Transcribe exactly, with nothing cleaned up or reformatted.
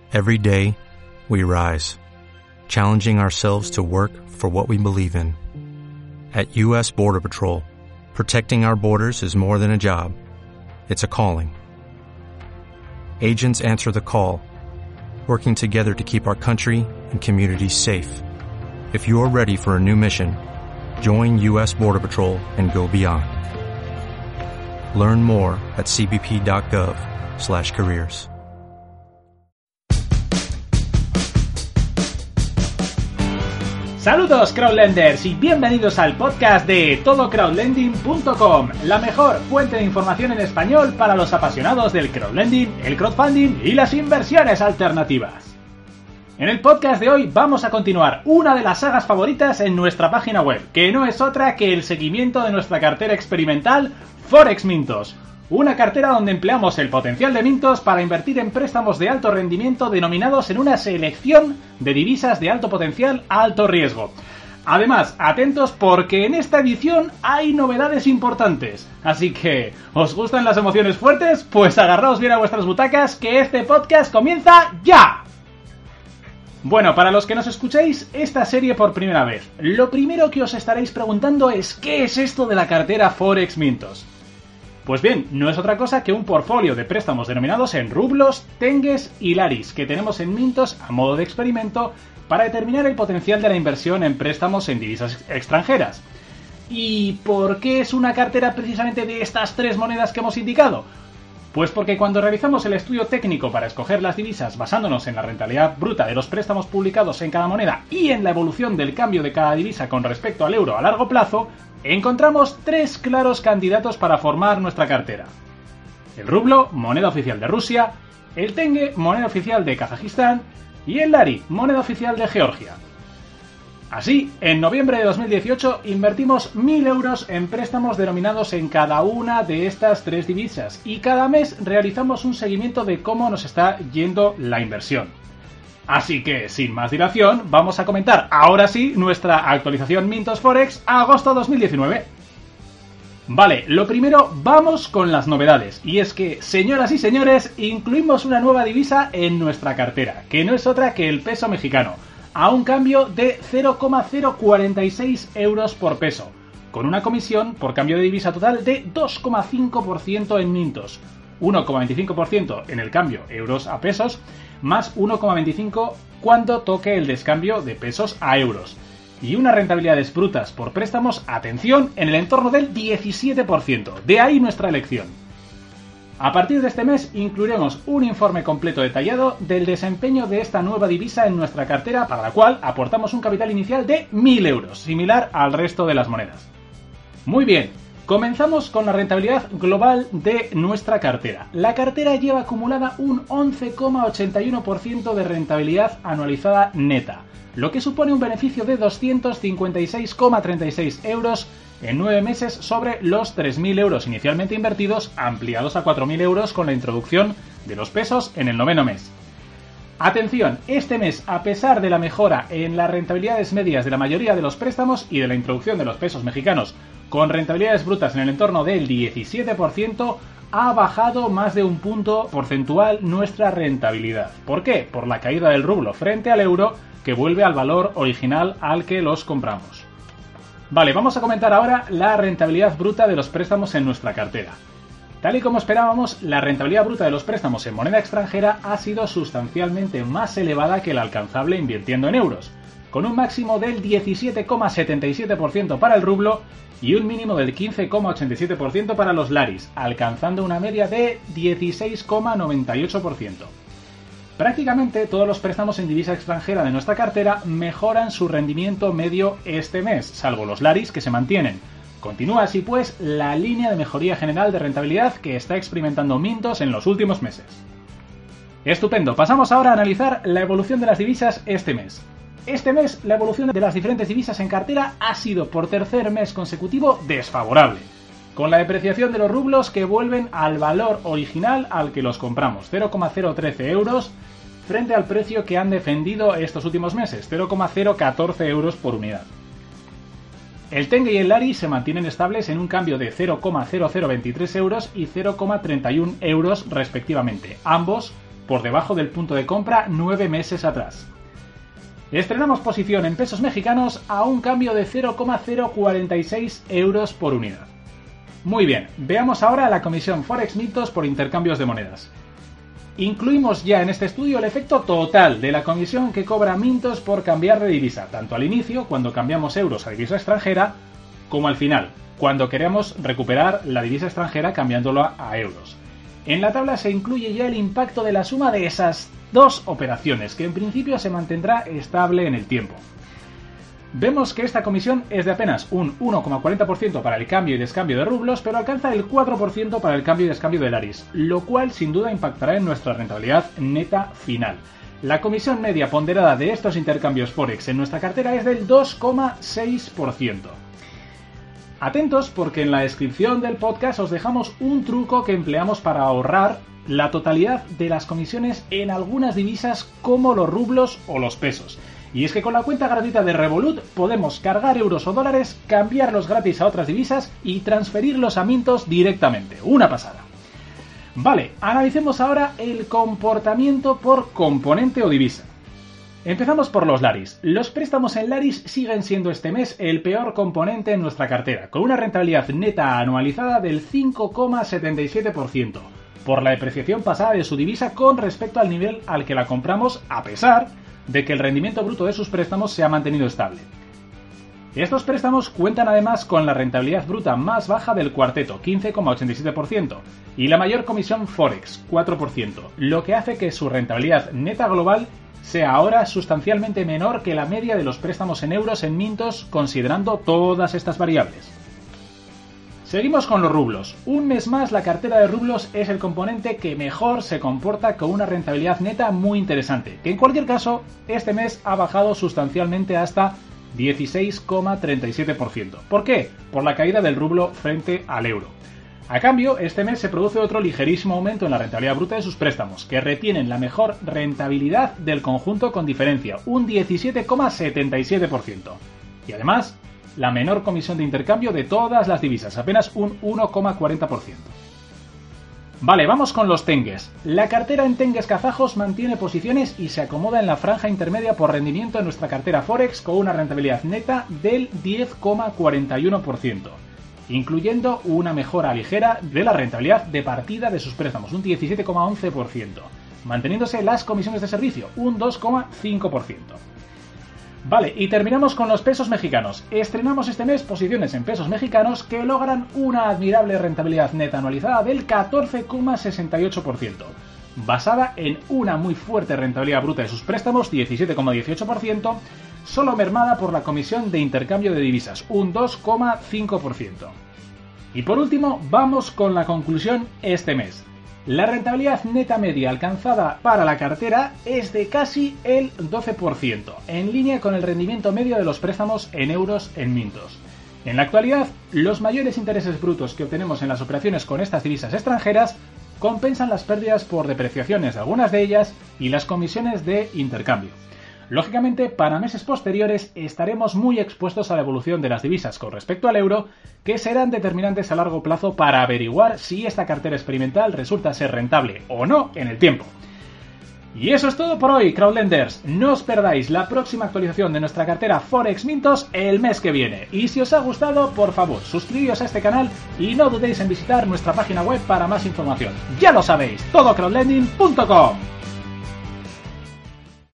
Every day, we rise, challenging ourselves to work for what we believe in. At U S Border Patrol, protecting our borders is more than a job. It's a calling. Agents answer the call, working together to keep our country and communities safe. If you're ready for a new mission, join U S Border Patrol and go beyond. Learn more at c b p dot gov slash careers. Saludos crowdlenders y bienvenidos al podcast de todo crowdlending punto com, la mejor fuente de información en español para los apasionados del crowdlending, el crowdfunding y las inversiones alternativas. En el podcast de hoy vamos a continuar una de las sagas favoritas en nuestra página web, que no es otra que el seguimiento de nuestra cartera experimental Forex Mintos. Una cartera donde empleamos el potencial de Mintos para invertir en préstamos de alto rendimiento denominados en una selección de divisas de alto potencial a alto riesgo. Además, atentos porque en esta edición hay novedades importantes. Así que, ¿os gustan las emociones fuertes? Pues agarraos bien a vuestras butacas que este podcast comienza ¡ya! Bueno, para los que nos escuchéis esta serie por primera vez, lo primero que os estaréis preguntando es ¿qué es esto de la cartera Forex Mintos? Pues bien, no es otra cosa que un portfolio de préstamos denominados en rublos, tengues y laris que tenemos en Mintos a modo de experimento para determinar el potencial de la inversión en préstamos en divisas extranjeras. ¿Y por qué es una cartera precisamente de estas tres monedas que hemos indicado? Pues porque cuando realizamos el estudio técnico para escoger las divisas basándonos en la rentabilidad bruta de los préstamos publicados en cada moneda y en la evolución del cambio de cada divisa con respecto al euro a largo plazo, encontramos tres claros candidatos para formar nuestra cartera. El rublo, moneda oficial de Rusia, el tengue, moneda oficial de Kazajistán y el lari, moneda oficial de Georgia. Así, en noviembre de dos mil dieciocho invertimos mil euros en préstamos denominados en cada una de estas tres divisas y cada mes realizamos un seguimiento de cómo nos está yendo la inversión. Así que, sin más dilación, vamos a comentar ahora sí nuestra actualización Mintos Forex a agosto dos mil diecinueve. Vale, lo primero, vamos con las novedades. Y es que, señoras y señores, incluimos una nueva divisa en nuestra cartera, que no es otra que el peso mexicano, a un cambio de cero coma cero cuarenta y seis euros por peso, con una comisión por cambio de divisa total de dos coma cinco por ciento en Mintos, uno coma veinticinco por ciento en el cambio euros a pesos, más uno coma veinticinco por ciento cuando toque el descambio de pesos a euros. Y unas rentabilidades brutas por préstamos, atención, en el entorno del diecisiete por ciento. De ahí nuestra elección. A partir de este mes incluiremos un informe completo detallado del desempeño de esta nueva divisa en nuestra cartera, para la cual aportamos un capital inicial de mil euros, similar al resto de las monedas. Muy bien. Comenzamos con la rentabilidad global de nuestra cartera. La cartera lleva acumulada un once coma ochenta y uno por ciento de rentabilidad anualizada neta, lo que supone un beneficio de doscientos cincuenta y seis coma treinta y seis euros en nueve meses sobre los tres mil euros inicialmente invertidos, ampliados a cuatro mil euros con la introducción de los pesos en el noveno mes. Atención, este mes, a pesar de la mejora en las rentabilidades medias de la mayoría de los préstamos y de la introducción de los pesos mexicanos con rentabilidades brutas en el entorno del diecisiete por ciento, ha bajado más de un punto porcentual nuestra rentabilidad. ¿Por qué? Por la caída del rublo frente al euro, que vuelve al valor original al que los compramos. Vale, vamos a comentar ahora la rentabilidad bruta de los préstamos en nuestra cartera. Tal y como esperábamos, la rentabilidad bruta de los préstamos en moneda extranjera ha sido sustancialmente más elevada que la alcanzable invirtiendo en euros, con un máximo del diecisiete coma setenta y siete por ciento para el rublo y un mínimo del quince coma ochenta y siete por ciento para los laris, alcanzando una media de dieciséis coma noventa y ocho por ciento. Prácticamente todos los préstamos en divisa extranjera de nuestra cartera mejoran su rendimiento medio este mes, salvo los laris que se mantienen. Continúa así pues la línea de mejoría general de rentabilidad que está experimentando Mintos en los últimos meses. Estupendo, pasamos ahora a analizar la evolución de las divisas este mes. Este mes la evolución de las diferentes divisas en cartera ha sido por tercer mes consecutivo desfavorable, con la depreciación de los rublos que vuelven al valor original al que los compramos, cero coma cero trece euros, frente al precio que han defendido estos últimos meses, cero coma cero catorce euros por unidad. El tengue y el lari se mantienen estables en un cambio de cero coma cero cero veintitrés euros y cero coma treinta y uno euros respectivamente, ambos por debajo del punto de compra nueve meses atrás. Estrenamos posición en pesos mexicanos a un cambio de cero coma cero cuarenta y seis euros por unidad. Muy bien, veamos ahora la comisión Forex Mintos por intercambios de monedas. Incluimos ya en este estudio el efecto total de la comisión que cobra Mintos por cambiar de divisa, tanto al inicio, cuando cambiamos euros a divisa extranjera, como al final, cuando queremos recuperar la divisa extranjera cambiándolo a euros. En la tabla se incluye ya el impacto de la suma de esas dos operaciones, que en principio se mantendrá estable en el tiempo. Vemos que esta comisión es de apenas un uno coma cuarenta por ciento para el cambio y descambio de rublos, pero alcanza el cuatro por ciento para el cambio y descambio de laris, lo cual sin duda impactará en nuestra rentabilidad neta final. La comisión media ponderada de estos intercambios Forex en nuestra cartera es del dos coma seis por ciento. Atentos, porque en la descripción del podcast os dejamos un truco que empleamos para ahorrar la totalidad de las comisiones en algunas divisas como los rublos o los pesos. Y es que con la cuenta gratuita de Revolut podemos cargar euros o dólares, cambiarlos gratis a otras divisas y transferirlos a Mintos directamente. Una pasada. Vale, analicemos ahora el comportamiento por componente o divisa. Empezamos por los laris. Los préstamos en laris siguen siendo este mes el peor componente en nuestra cartera, con una rentabilidad neta anualizada del cinco coma setenta y siete por ciento, por la depreciación pasada de su divisa con respecto al nivel al que la compramos, a pesar de que el rendimiento bruto de sus préstamos se ha mantenido estable. Estos préstamos cuentan además con la rentabilidad bruta más baja del cuarteto, quince coma ochenta y siete por ciento, y la mayor comisión Forex, cuatro por ciento, lo que hace que su rentabilidad neta global sea ahora sustancialmente menor que la media de los préstamos en euros en Mintos, considerando todas estas variables. Seguimos con los rublos. Un mes más la cartera de rublos es el componente que mejor se comporta, con una rentabilidad neta muy interesante, que en cualquier caso este mes ha bajado sustancialmente hasta dieciséis coma treinta y siete por ciento. ¿Por qué? Por la caída del rublo frente al euro. A cambio, este mes se produce otro ligerísimo aumento en la rentabilidad bruta de sus préstamos, que retienen la mejor rentabilidad del conjunto con diferencia, un diecisiete coma setenta y siete por ciento. Y además, la menor comisión de intercambio de todas las divisas, apenas un uno coma cuarenta por ciento. Vale, vamos con los tengues. La cartera en tengues kazajos mantiene posiciones y se acomoda en la franja intermedia por rendimiento en nuestra cartera Forex, con una rentabilidad neta del diez coma cuarenta y uno por ciento, incluyendo una mejora ligera de la rentabilidad de partida de sus préstamos, un diecisiete coma once por ciento, manteniéndose las comisiones de servicio, un dos coma cinco por ciento. Vale, y terminamos con los pesos mexicanos. Estrenamos este mes posiciones en pesos mexicanos que logran una admirable rentabilidad neta anualizada del catorce coma sesenta y ocho por ciento, basada en una muy fuerte rentabilidad bruta de sus préstamos, diecisiete coma dieciocho por ciento, solo mermada por la comisión de intercambio de divisas, un dos coma cinco por ciento. Y por último, vamos con la conclusión este mes. La rentabilidad neta media alcanzada para la cartera es de casi el doce por ciento, en línea con el rendimiento medio de los préstamos en euros en Mintos. En la actualidad, los mayores intereses brutos que obtenemos en las operaciones con estas divisas extranjeras compensan las pérdidas por depreciaciones de algunas de ellas y las comisiones de intercambio. Lógicamente, para meses posteriores estaremos muy expuestos a la evolución de las divisas con respecto al euro, que serán determinantes a largo plazo para averiguar si esta cartera experimental resulta ser rentable o no en el tiempo. Y eso es todo por hoy, crowdlenders. No os perdáis la próxima actualización de nuestra cartera Forex Mintos el mes que viene. Y si os ha gustado, por favor, suscribíos a este canal y no dudéis en visitar nuestra página web para más información. Ya lo sabéis, todo crowdlending punto com.